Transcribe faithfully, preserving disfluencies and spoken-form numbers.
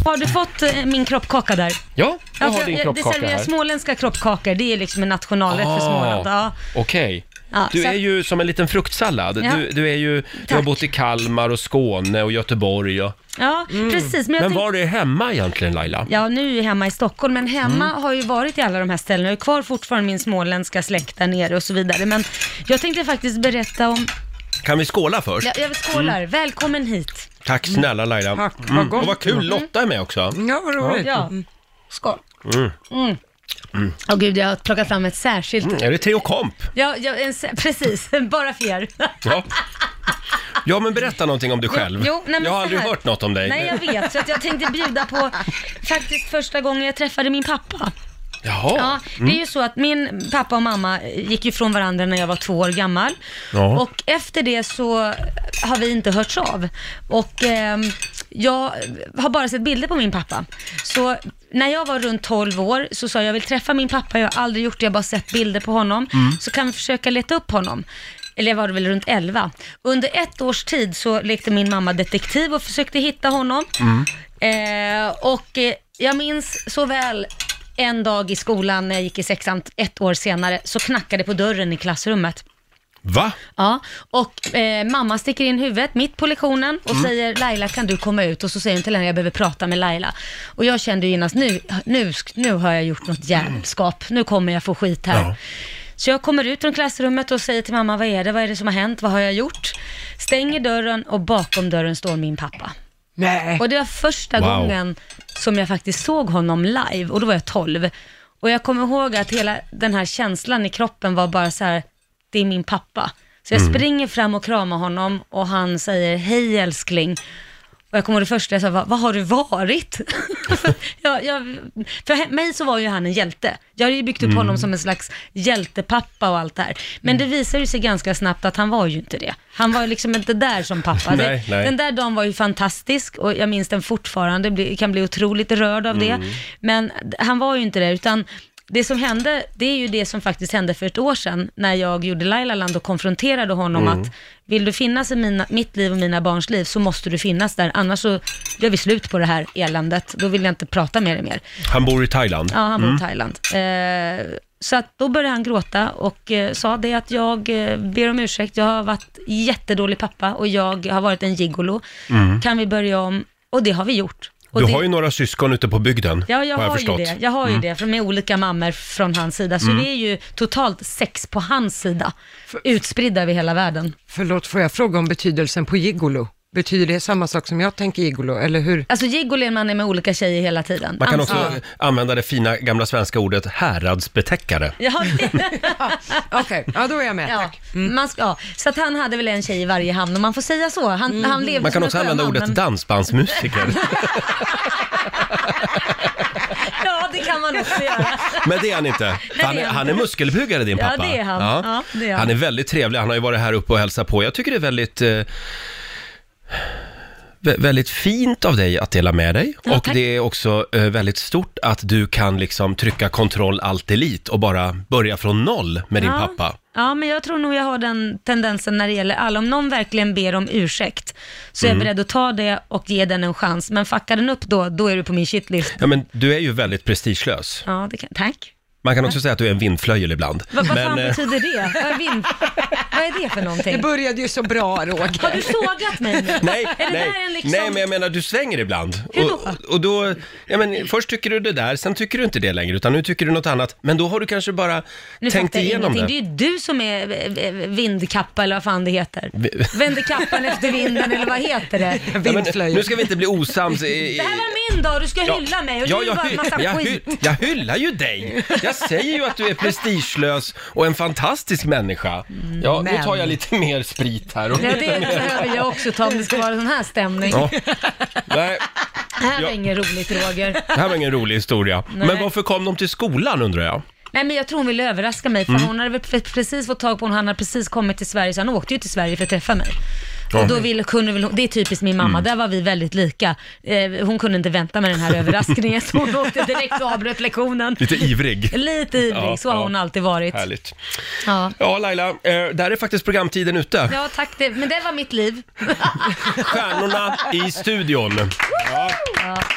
Har du fått eh, min kroppkaka där? Ja, jag har för, din Det kroppkaka serverar här. småländska kroppkakor. Det är liksom en nationalrätt Ah, för Småland. Ja. Okej. Okay. Ja, du så är ju som en liten fruktsallad. Ja. Du, du, är ju, du har bott i Kalmar och Skåne och Göteborg. Och... Ja, mm. precis. Men, men tänk... var är hemma egentligen, Laila? Ja, nu är jag hemma i Stockholm, men hemma Mm. har ju varit i alla de här ställena. Jag är kvar fortfarande min småländska släkt där nere och så vidare. Men jag tänkte faktiskt berätta om... Kan vi skåla först? Ja, jag vill skålar. Mm. Välkommen hit. Tack snälla Laila. Tack, mm. vad gott. Och vad kul, Lotta är med också. Ja, vad roligt. Ja, skål. Mm. Mm. Mm. Åh gud, jag har plockat fram ett särskilt... Mm, är det Theo Komp? Ja, ja en, precis. Bara för er. Ja. Ja, men berätta någonting om dig själv. Jo, jo, nej, men jag har så aldrig här. hört något om dig. Nej, jag vet. Så att jag tänkte bjuda på faktiskt första gången jag träffade min pappa. Jaha. Ja, det är ju så att min pappa och mamma gick ju från varandra när jag var två år gammal. Ja. Och efter det så har vi inte hörts av. Och eh, jag har bara sett bilder på min pappa. Så när jag var runt tolv år så sa jag, jag vill träffa min pappa. Jag har aldrig gjort det, jag har bara sett bilder på honom. Mm. Så kan vi försöka leta upp honom. Eller jag var väl runt elva. Under ett års tid så lekte min mamma detektiv och försökte hitta honom. Mm. Eh, och eh, jag minns så väl en dag i skolan när jag gick i sexan, ett år senare, så knackade på dörren i klassrummet. Va? Ja, och eh, mamma sticker in huvudet mitt på lektionen och mm. säger, Laila, kan du komma ut? Och så säger hon till henne, jag behöver prata med Laila. Och jag kände ju genast, nu, nu, nu har jag gjort något jävelskap. Nu kommer jag få skit här. Ja. Så jag kommer ut från klassrummet och säger till mamma, vad är det? Vad är det som har hänt? Vad har jag gjort? Stänger dörren och bakom dörren står min pappa. Nej. Och det var första wow. gången som jag faktiskt såg honom live, och då var jag tolv. Och jag kommer ihåg att hela den här känslan i kroppen var bara så här, det är min pappa. Så jag mm. springer fram och kramar honom och han säger, hej älskling. Och jag kommer ihåg det första, jag sa, vad, vad har du varit? jag, jag, för mig så var ju han en hjälte. Jag hade ju byggt upp mm. honom som en slags hjältepappa och allt det här. Men det visade ju sig ganska snabbt att han var ju inte det. Han var ju liksom inte där som pappa. nej, det, nej. Den där dagen var ju fantastisk och jag minns den fortfarande. Bli, kan bli otroligt rörd av det. Mm. Men han var ju inte det, utan det som hände, det är ju det som faktiskt hände för ett år sedan när jag gjorde Lailaland och konfronterade honom mm. att vill du finnas i mina, mitt liv och mina barns liv så måste du finnas där, annars så gör vi slut på det här eländet. Då vill jag inte prata med dig mer. Han bor i Thailand? Ja, han bor mm. i Thailand. Eh, så att då började han gråta och eh, sa det att jag eh, ber om ursäkt, jag har varit jättedålig pappa och jag har varit en gigolo. Mm. Kan vi börja om? Och det har vi gjort. Och du det... har ju några syskon ute på bygden. Ja, jag har, har jag ju det. Jag har ju mm. det, för med olika mammor från hans sida. Så mm. det är ju totalt sex på hans sida. För... Utspridda över hela världen. Förlåt, får jag fråga om betydelsen på gigolo? Betyder det samma sak som jag tänker gigolo, eller hur? Alltså gigolo är man är med olika tjejer hela tiden. Man kan Ansvar. också använda det fina gamla svenska ordet häradsbetäckare. Ja, okej, okay. Ja då är jag med, ja. tack. Mm. Man ska, ja. Så att han hade väl en tjej i varje hamn, och man får säga så. Han, mm. han levde man kan också använda sjöman, ordet men... dansbandsmusiker. Ja, det kan man också göra. Men det är han inte. Han är, han är muskelbyggare, din pappa. Ja, det är han. Ja. Ja, det är han. Han är väldigt trevlig. Han har ju varit här uppe och hälsat på. Jag tycker det är väldigt... Eh... väldigt fint av dig att dela med dig. Ja, och tack. Det är också eh, väldigt stort att du kan liksom trycka kontroll alt delete och bara börja från noll med din ja. pappa. Ja, men jag tror nog jag har den tendensen när det gäller alla. Om någon verkligen ber om ursäkt så mm. är jag beredd att ta det och ge den en chans. Men fuckar den upp då, då är du på min shitlist. Ja, men du är ju väldigt prestigelös. Ja, det kan... Tack. Man kan också säga att du är en vindflöjel ibland. Va, vad men, fan betyder det? Vad är, vind... vad är det för någonting? Det började ju så bra, Roger. Har du sågat mig nu? Nej, är det nej, där en liksom... nej, men jag menar du svänger ibland. Hur då? Och, och då, ja men först tycker du det där, sen tycker du inte det längre, utan nu tycker du något annat. Men då har du kanske bara nu tänkt igenom ingenting. Det. Det är ju du som är vindkappa eller vad fan det heter. Vänder kappan efter vinden eller vad heter det? Ja, men, nu ska vi inte bli osams. I, det här var min dag, du ska ja, hylla mig och ja, du är bara en massa jag, skit. Hy, jag hyllar ju dig. Jag säger ju att du är prestigelös och en fantastisk människa. Ja, men. Nu tar jag lite mer sprit här. Och ja, det behöver jag också ta om det ska vara sån här stämning. Ja. Nej. Det här var ja. ingen roligt, Roger. Det här var ingen rolig historia. Nej. Men varför kom de till skolan, undrar jag? Nej, men jag tror hon ville överraska mig, för mm. hon hade väl precis fått tag på hon, han hade precis kommit till Sverige, så han åkte ju till Sverige för att träffa mig. Och då ville, kunde väl, det är typiskt min mamma, mm. där var vi väldigt lika. Eh, hon kunde inte vänta med den här överraskningen, så hon åkte direkt och avbröt lektionen. Lite ivrig. Lite ivrig, ja, så har ja. hon alltid varit. Härligt. Ja, ja Laila, eh, där är faktiskt programtiden ute. Ja, tack. Det, men det var mitt liv. Stjärnorna i studion. Ja. Ja.